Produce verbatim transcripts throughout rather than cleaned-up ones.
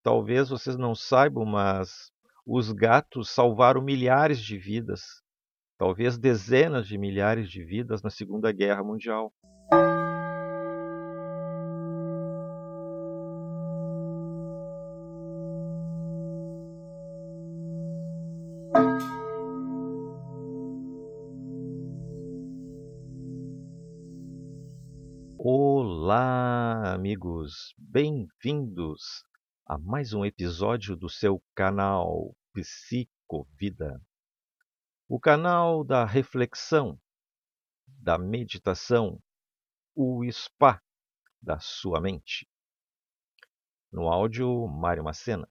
Talvez vocês não saibam, mas os gatos salvaram milhares de vidas, talvez dezenas de milhares de vidas na Segunda Guerra Mundial. Olá, amigos! Bem-vindos a mais um episódio do seu canal Psicovida, o canal da reflexão, da meditação, o spa da sua mente. No áudio, Mário Macena.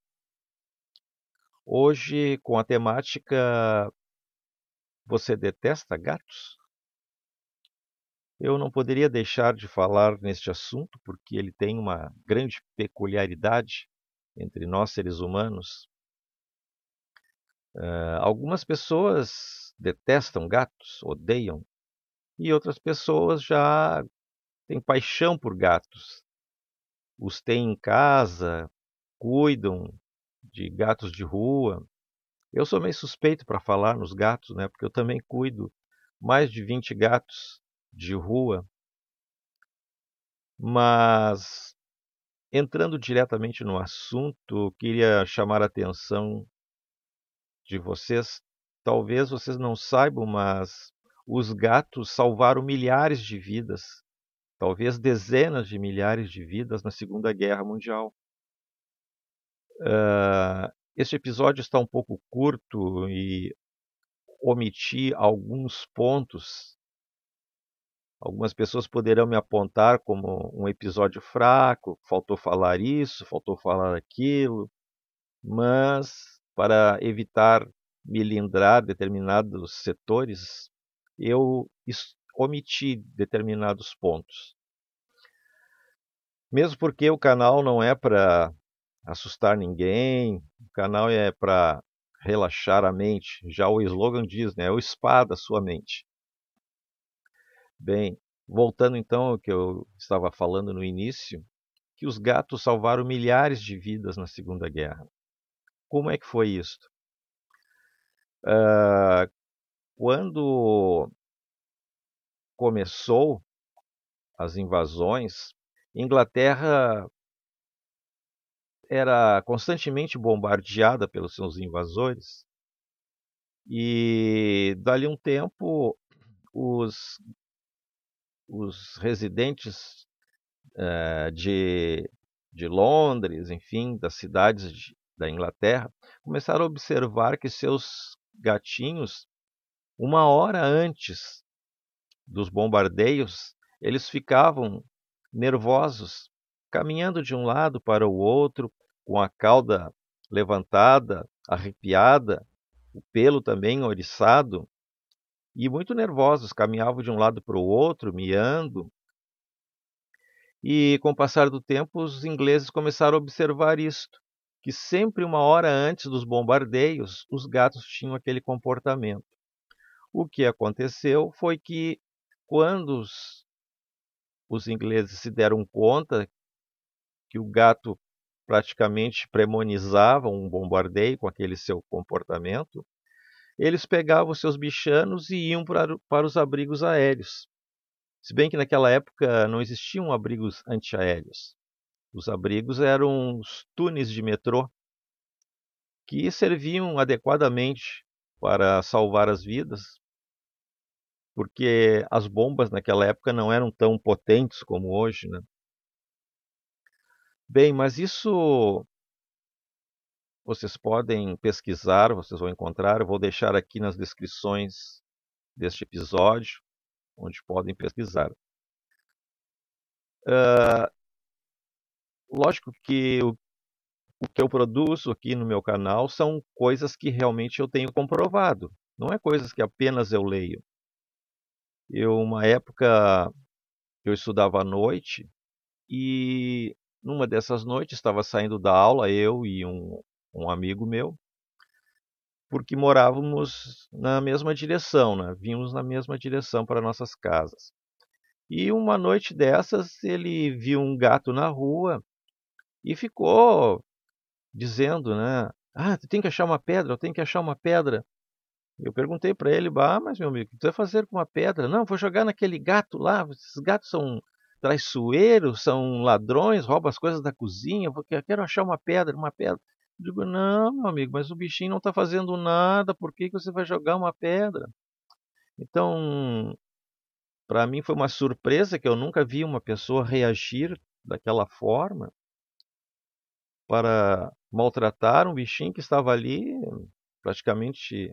Hoje, com a temática Você detesta gatos? Eu não poderia deixar de falar neste assunto porque ele tem uma grande peculiaridade entre nós seres humanos. Uh, algumas pessoas detestam gatos, odeiam, e outras pessoas já têm paixão por gatos. Os têm em casa, cuidam de gatos de rua. Eu sou meio suspeito para falar nos gatos, né? Porque eu também cuido mais de vinte gatos de rua. Mas, entrando diretamente no assunto, queria chamar a atenção de vocês. Talvez vocês não saibam, mas os gatos salvaram milhares de vidas, talvez dezenas de milhares de vidas na Segunda Guerra Mundial. Uh, este episódio está um pouco curto e omiti alguns pontos. Algumas pessoas poderão me apontar como um episódio fraco, faltou falar isso, faltou falar aquilo, mas para evitar melindrar determinados setores, eu omiti determinados pontos. Mesmo porque o canal não é para assustar ninguém, o canal é para relaxar a mente. Já o slogan diz, né? É o spa da sua mente. Bem, voltando então ao que eu estava falando no início, que os gatos salvaram milhares de vidas na Segunda Guerra. Como é que foi isso? Uh, quando começou as invasões, Inglaterra era constantemente bombardeada pelos seus invasores e dali um tempo os, os residentes uh, de, de Londres, enfim, das cidades de, da Inglaterra, começaram a observar que seus gatinhos, uma hora antes dos bombardeios, eles ficavam nervosos, caminhando de um lado para o outro, com a cauda levantada, arrepiada, o pelo também oriçado, e muito nervosos, caminhavam de um lado para o outro, miando. E com o passar do tempo, os ingleses começaram a observar isto, que sempre uma hora antes dos bombardeios, os gatos tinham aquele comportamento. O que aconteceu foi que, quando os, os ingleses se deram conta que o gato praticamente premonizava um bombardeio com aquele seu comportamento, eles pegavam seus bichanos e iam para, para os abrigos aéreos. Se bem que naquela época não existiam abrigos antiaéreos. Os abrigos eram os túneis de metrô que serviam adequadamente para salvar as vidas, porque as bombas naquela época não eram tão potentes como hoje, né? Bem, mas isso vocês podem pesquisar, vocês vão encontrar. Eu vou deixar aqui nas descrições deste episódio, onde podem pesquisar. Uh, lógico que o, o que eu produzo aqui no meu canal são coisas que realmente eu tenho comprovado. Não é coisas que apenas eu leio. Eu, uma época, eu estudava à noite e numa dessas noites estava saindo da aula, eu e um, um amigo meu, porque morávamos na mesma direção, né? Vínhamos na mesma direção para nossas casas. E uma noite dessas ele viu um gato na rua e ficou dizendo, né? Ah, tu tem que achar uma pedra, eu tenho que achar uma pedra. Eu perguntei para ele, ah, mas meu amigo, o que tu vai fazer com uma pedra? Não, vou jogar naquele gato lá, esses gatos são traiçoeiros, são ladrões, roubam as coisas da cozinha, porque eu quero achar uma pedra, uma pedra. Eu digo, não, meu amigo, mas o bichinho não está fazendo nada, por que que você vai jogar uma pedra? Então, para mim foi uma surpresa que eu nunca vi uma pessoa reagir daquela forma para maltratar um bichinho que estava ali praticamente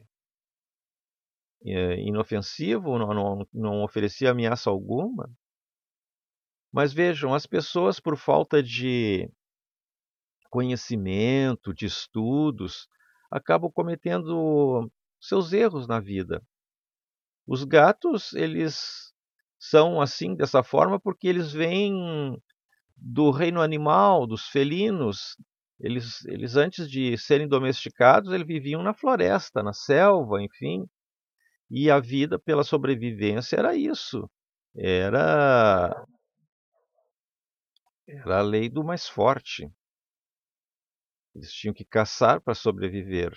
é, inofensivo, não, não, não oferecia ameaça alguma. Mas vejam, as pessoas, por falta de conhecimento, de estudos, acabam cometendo seus erros na vida. Os gatos, eles são assim, dessa forma, porque eles vêm do reino animal, dos felinos. Eles, eles antes de serem domesticados, eles viviam na floresta, na selva, enfim. E a vida pela sobrevivência era isso. Era, era a lei do mais forte. Eles tinham que caçar para sobreviver.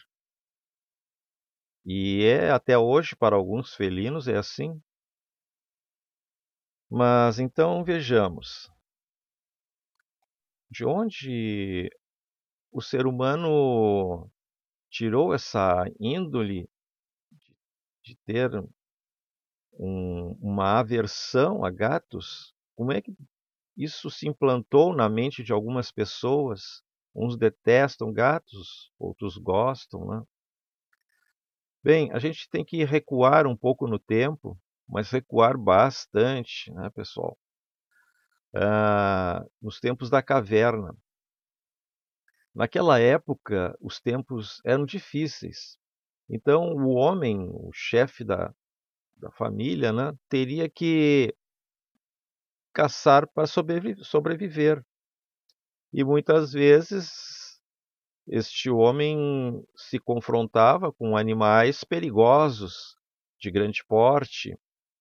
E é até hoje, para alguns felinos, é assim. Mas então vejamos. De onde o ser humano tirou essa índole de ter um, uma aversão a gatos? Como é que isso se implantou na mente de algumas pessoas? Uns detestam gatos, outros gostam, né? Bem, a gente tem que recuar um pouco no tempo, mas recuar bastante, né, pessoal? Ah, nos tempos da caverna. Naquela época, os tempos eram difíceis. Então, o homem, o chefe da, da família, né, teria que caçar para sobrevi- sobreviver. E muitas vezes este homem se confrontava com animais perigosos, de grande porte.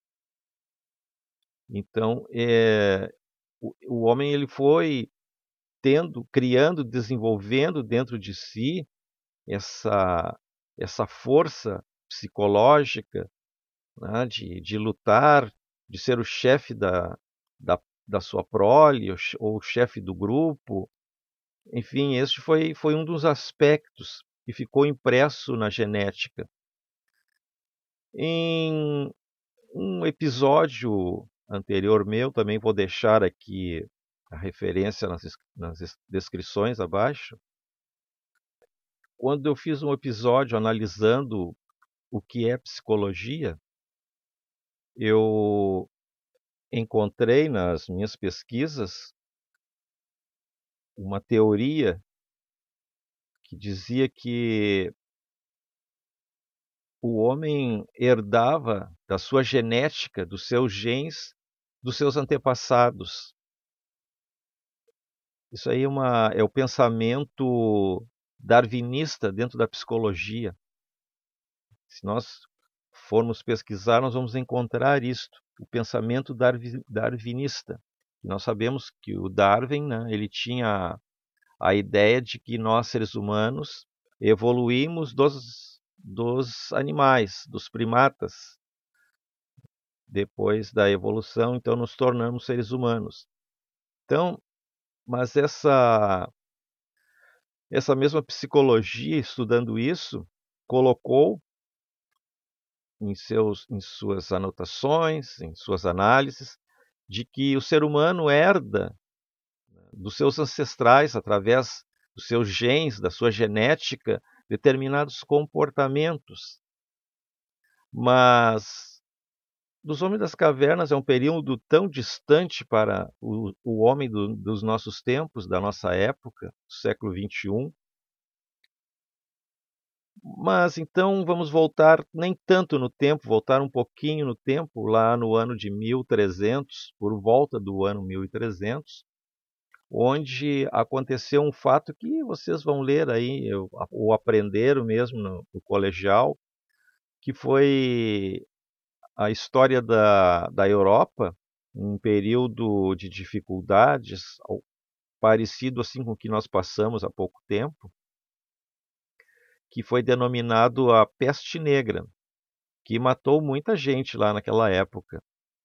Então, é, o, o homem ele foi tendo, criando, desenvolvendo dentro de si essa, essa força psicológica, né, de, de lutar, de ser o chefe da, da, da sua prole, ou o chefe do grupo. Enfim, esse foi, foi um dos aspectos que ficou impresso na genética. Em um episódio anterior meu, também vou deixar aqui a referência nas, nas descrições abaixo, quando eu fiz um episódio analisando o que é psicologia, eu encontrei nas minhas pesquisas uma teoria que dizia que o homem herdava da sua genética, dos seus genes, dos seus antepassados. Isso aí é, uma, é o pensamento darwinista dentro da psicologia. Se nós formos pesquisar, nós vamos encontrar isto, o pensamento darwinista. Nós sabemos que o Darwin, né, ele tinha a ideia de que nós, seres humanos, evoluímos dos, dos animais, dos primatas. Depois da evolução, então, nos tornamos seres humanos. Então, mas essa, essa mesma psicologia, estudando isso, colocou em, seus, em suas anotações, em suas análises, de que o ser humano herda dos seus ancestrais, através dos seus genes, da sua genética, determinados comportamentos. Mas dos homens das cavernas é um período tão distante para o, o homem do, dos nossos tempos, da nossa época, do século vinte e um. Mas então vamos voltar nem tanto no tempo, voltar um pouquinho no tempo, lá no ano de mil e trezentos, por volta do ano mil e trezentos, onde aconteceu um fato que vocês vão ler aí, ou aprenderam mesmo no, no colegial, que foi a história da, da Europa, um período de dificuldades, parecido assim com o que nós passamos há pouco tempo, que foi denominado a peste negra, que matou muita gente lá naquela época.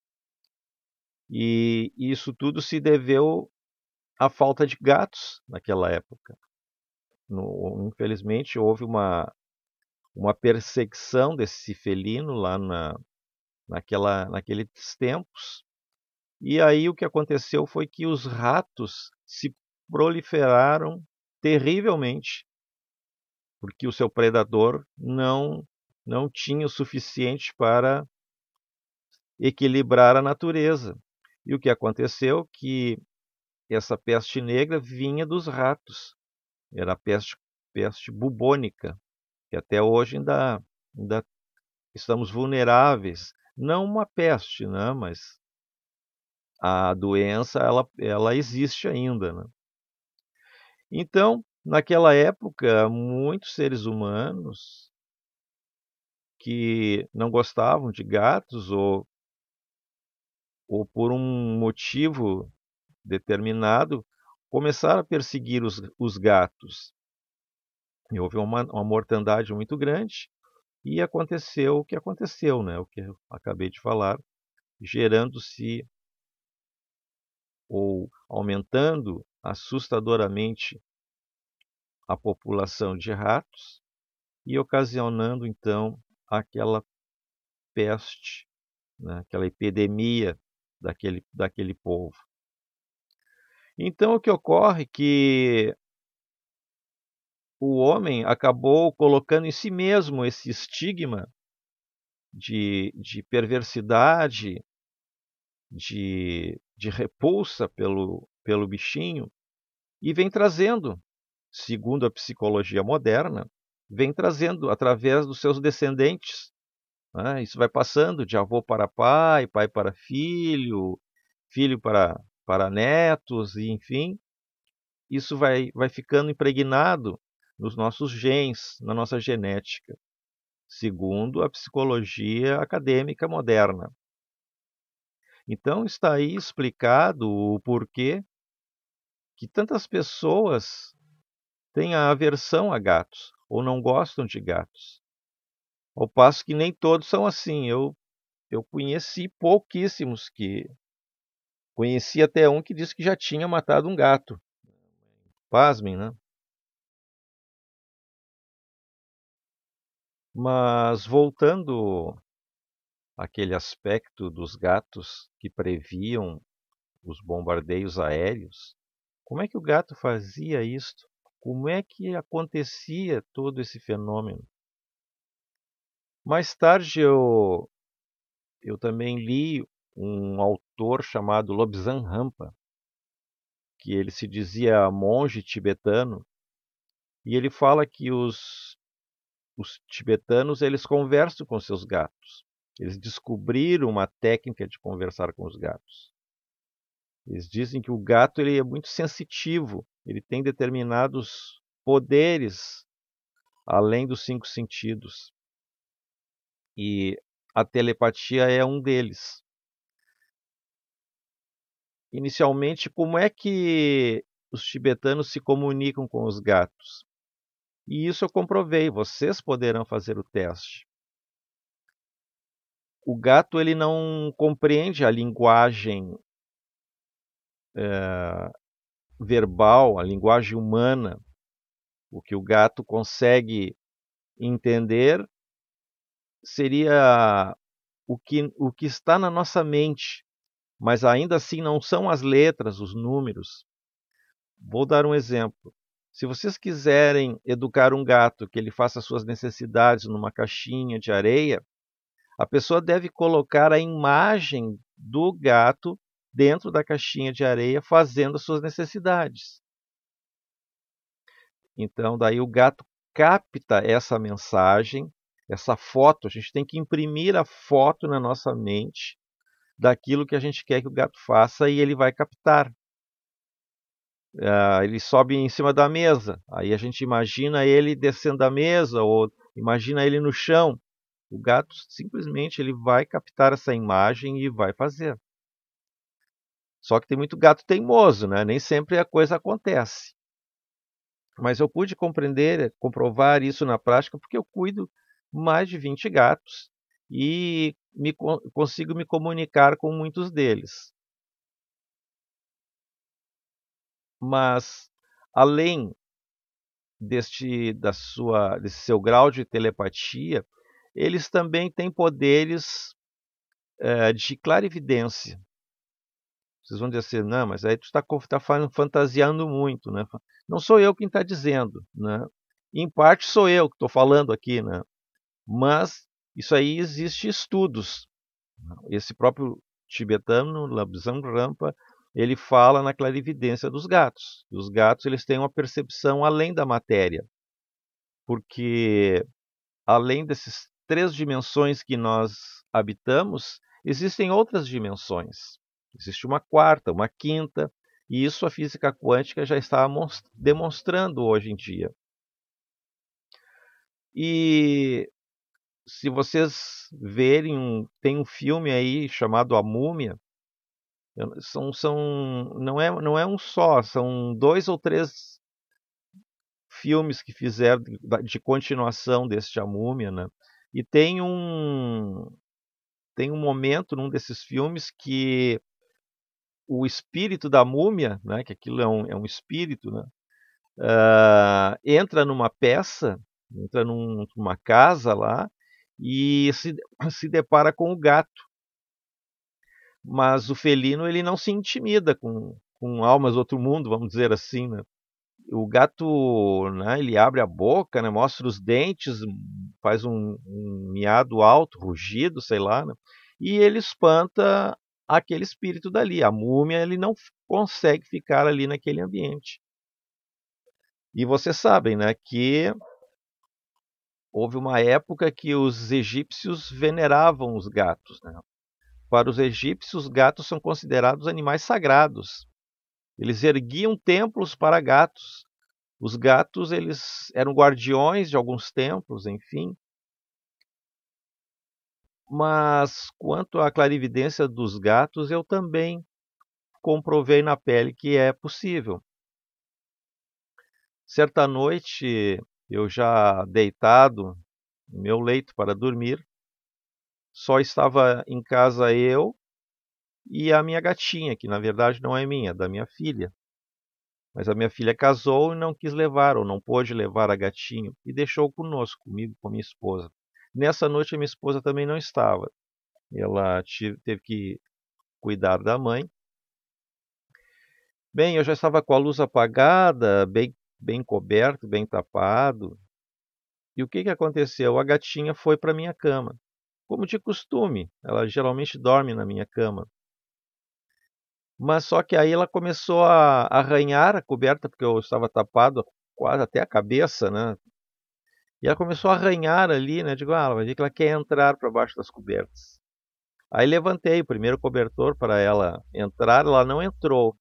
E isso tudo se deveu à falta de gatos naquela época. No, infelizmente, houve uma, uma perseguição desse felino lá na, naquela, naqueles tempos. E aí o que aconteceu foi que os ratos se proliferaram terrivelmente, porque o seu predador não, não tinha o suficiente para equilibrar a natureza. E o que aconteceu que essa peste negra vinha dos ratos. Era a peste, peste bubônica, que até hoje ainda, ainda estamos vulneráveis. Não uma peste, né? Mas a doença ela, ela existe ainda. Né? Então, naquela época, muitos seres humanos que não gostavam de gatos ou, ou por um motivo determinado, começaram a perseguir os, os gatos. E houve uma, uma mortandade muito grande e aconteceu o que aconteceu, né? O que eu acabei de falar, gerando-se ou aumentando assustadoramente a população de ratos e ocasionando então aquela peste, né? Aquela epidemia daquele, daquele povo. Então o que ocorre é que o homem acabou colocando em si mesmo esse estigma de, de perversidade, de, de repulsa pelo, pelo bichinho, e vem trazendo, segundo a psicologia moderna, vem trazendo através dos seus descendentes. Né? Isso vai passando de avô para pai, pai para filho, filho para, para netos, e enfim, isso vai, vai ficando impregnado nos nossos genes, na nossa genética, segundo a psicologia acadêmica moderna. Então está aí explicado o porquê que tantas pessoas têm a aversão a gatos ou não gostam de gatos. Ao passo que nem todos são assim. Eu, eu conheci pouquíssimos que... Conheci até um que disse que já tinha matado um gato. Pasmem, né? Mas voltando àquele aspecto dos gatos que previam os bombardeios aéreos, como é que o gato fazia isto? Como é que acontecia todo esse fenômeno? Mais tarde eu, eu também li um autor chamado Lobsang Rampa, que ele se dizia monge tibetano, e ele fala que os, os tibetanos eles conversam com seus gatos. Eles descobriram uma técnica de conversar com os gatos. Eles dizem que o gato ele é muito sensitivo, ele tem determinados poderes além dos cinco sentidos. E a telepatia é um deles. Inicialmente, como é que os tibetanos se comunicam com os gatos? E isso eu comprovei, vocês poderão fazer o teste. O gato ele não compreende a linguagem é, verbal, a linguagem humana. O que o gato consegue entender seria o que, o que está na nossa mente, mas ainda assim não são as letras, os números. Vou dar um exemplo. Se vocês quiserem educar um gato que ele faça suas necessidades numa caixinha de areia, a pessoa deve colocar a imagem do gato dentro da caixinha de areia fazendo as suas necessidades. Então, daí o gato capta essa mensagem, essa foto. A gente tem que imprimir a foto na nossa mente daquilo que a gente quer que o gato faça e ele vai captar. Uh, ele sobe em cima da mesa, aí a gente imagina ele descendo da mesa ou imagina ele no chão. O gato simplesmente ele vai captar essa imagem e vai fazer. Só que tem muito gato teimoso, né? Nem sempre a coisa acontece. Mas eu pude compreender, comprovar isso na prática, porque eu cuido mais de vinte gatos e me, consigo me comunicar com muitos deles. Mas, além deste, da sua, desse seu grau de telepatia, eles também têm poderes é, de clarividência. Vocês vão dizer assim, não, mas aí tu está tá fantasiando muito, né? Não sou eu quem está dizendo, né? Em parte sou eu que estou falando aqui, né? Mas isso aí existe estudos. Esse próprio tibetano, Lobsang Rampa, ele fala na clarividência dos gatos. Os gatos eles têm uma percepção além da matéria, porque além dessas três dimensões que nós habitamos, existem outras dimensões. Existe uma quarta, uma quinta, e isso a física quântica já está demonstrando hoje em dia. E se vocês verem, um, tem um filme aí chamado A Múmia. São, são, não, é, não é um só, são dois ou três filmes que fizeram de, de continuação deste A Múmia, né? E tem um, tem um momento num desses filmes que o espírito da múmia, né, que aquilo é um, é um espírito, né, uh, entra numa peça, entra num, numa casa lá e se, se depara com o gato. Mas o felino ele não se intimida com, com almas do outro mundo, vamos dizer assim, né? O gato, né, ele abre a boca, né, mostra os dentes, faz um, um miado alto, rugido, sei lá, né, e ele espanta aquele espírito dali. A múmia ele não consegue ficar ali naquele ambiente. E vocês sabem, né, que houve uma época que os egípcios veneravam os gatos, né? Para os egípcios, os gatos são considerados animais sagrados. Eles erguiam templos para gatos. Os gatos eles eram guardiões de alguns templos, enfim. Mas quanto à clarividência dos gatos, eu também comprovei na pele que é possível. Certa noite, eu já deitado no meu leito para dormir, só estava em casa eu e a minha gatinha, que na verdade não é minha, é da minha filha. Mas a minha filha casou e não quis levar, ou não pôde levar a gatinha, e deixou conosco, comigo, com a minha esposa. Nessa noite a minha esposa também não estava. Ela teve que cuidar da mãe. Bem, eu já estava com a luz apagada, bem, bem coberto, bem tapado. E o que, que aconteceu? A gatinha foi para minha cama. Como de costume, ela geralmente dorme na minha cama. Mas só que aí ela começou a arranhar a coberta, porque eu estava tapado quase até a cabeça, né? E ela começou a arranhar ali, né? Digo, ah, ela vai ver que ela quer entrar para baixo das cobertas. Aí levantei o primeiro cobertor para ela entrar, ela não entrou.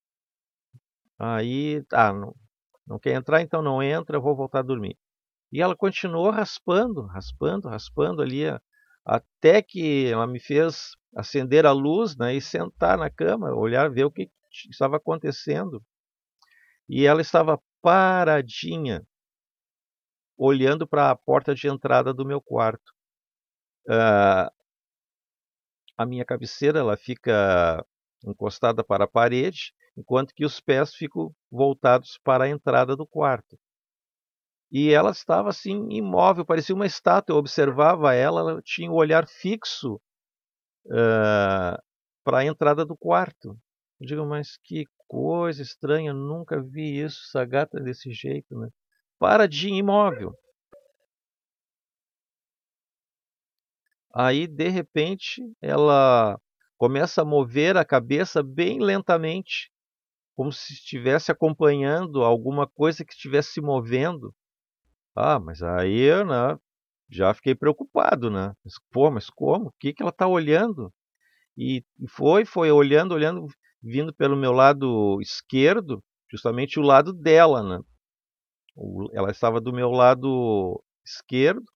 Aí, ah, não, não quer entrar, então não entra, eu vou voltar a dormir. E ela continuou raspando, raspando, raspando ali, até que ela me fez acender a luz, né, e sentar na cama, olhar, ver o que estava acontecendo. E ela estava paradinha, olhando para a porta de entrada do meu quarto. Uh, a minha cabeceira ela fica encostada para a parede, enquanto que os pés ficam voltados para a entrada do quarto. E ela estava assim, imóvel, parecia uma estátua. Eu observava ela, ela tinha o um olhar fixo uh, para a entrada do quarto. Eu digo, mas que coisa estranha, nunca vi isso, essa gata desse jeito, né? Paradinha, imóvel. Aí, de repente, ela começa a mover a cabeça bem lentamente, como se estivesse acompanhando alguma coisa que estivesse se movendo. Ah, mas aí, né, já fiquei preocupado, né? Mas, pô, mas como? O que, que ela está olhando? E foi, foi olhando, olhando, vindo pelo meu lado esquerdo, justamente o lado dela, né? Ela estava do meu lado esquerdo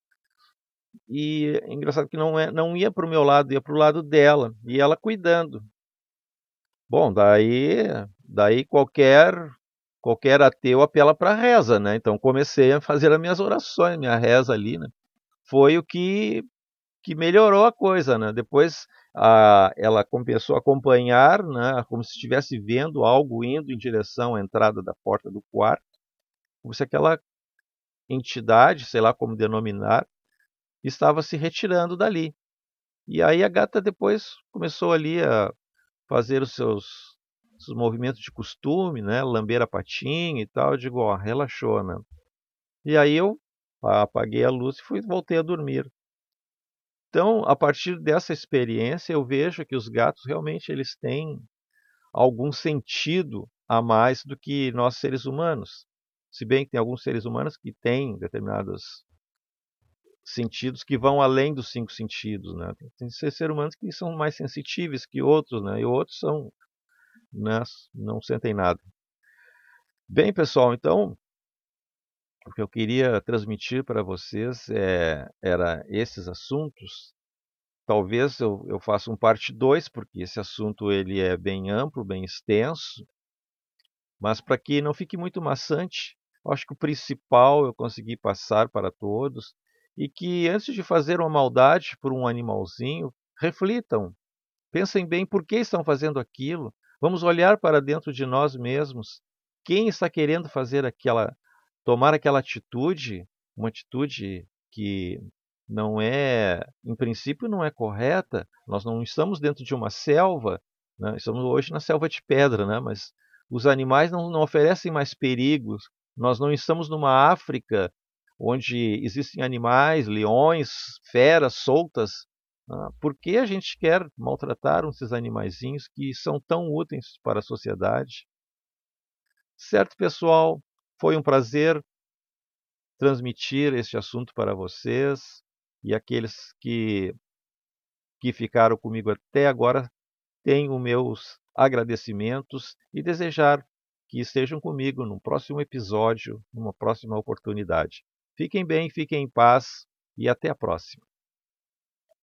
e é engraçado que não, é, não ia para o meu lado, ia para o lado dela e ela cuidando. Bom, daí, daí qualquer qualquer ateu apela para a reza, né? Então comecei a fazer as minhas orações, minha reza ali, né? Foi o que que melhorou a coisa, né? Depois a, ela começou a acompanhar, né? Como se estivesse vendo algo indo em direção à entrada da porta do quarto, como se aquela entidade, sei lá como denominar, estava se retirando dali. E aí a gata depois começou ali a fazer os seus, seus movimentos de costume, né? Lamber a patinha e tal. Eu digo, ó, relaxou, né? E aí eu apaguei a luz e fui, voltei a dormir. Então, a partir dessa experiência, eu vejo que os gatos realmente eles têm algum sentido a mais do que nós seres humanos. Se bem que tem alguns seres humanos que têm determinados sentidos que vão além dos cinco sentidos, né? Tem seres humanos que são mais sensitivos que outros, né? E outros são, né, não sentem nada. Bem, pessoal, então o que eu queria transmitir para vocês é, era esses assuntos. Talvez eu, eu faça um parte dois, porque esse assunto ele é bem amplo, bem extenso, mas para que não fique muito maçante, eu acho que o principal eu consegui passar para todos e que antes de fazer uma maldade por um animalzinho, reflitam, pensem bem por que estão fazendo aquilo. Vamos olhar para dentro de nós mesmos. Quem está querendo fazer aquela, tomar aquela atitude, uma atitude que não é, em princípio, não é correta. Nós não estamos dentro de uma selva, né? Estamos hoje na selva de pedra, né? Mas os animais não, não oferecem mais perigos. Nós não estamos numa África onde existem animais, leões, feras soltas. Ah, por que a gente quer maltratar esses animaizinhos que são tão úteis para a sociedade? Certo, pessoal? Foi um prazer transmitir este assunto para vocês e aqueles que, que ficaram comigo até agora têm os meus agradecimentos e desejar que estejam comigo num próximo episódio, numa próxima oportunidade. Fiquem bem, fiquem em paz e até a próxima.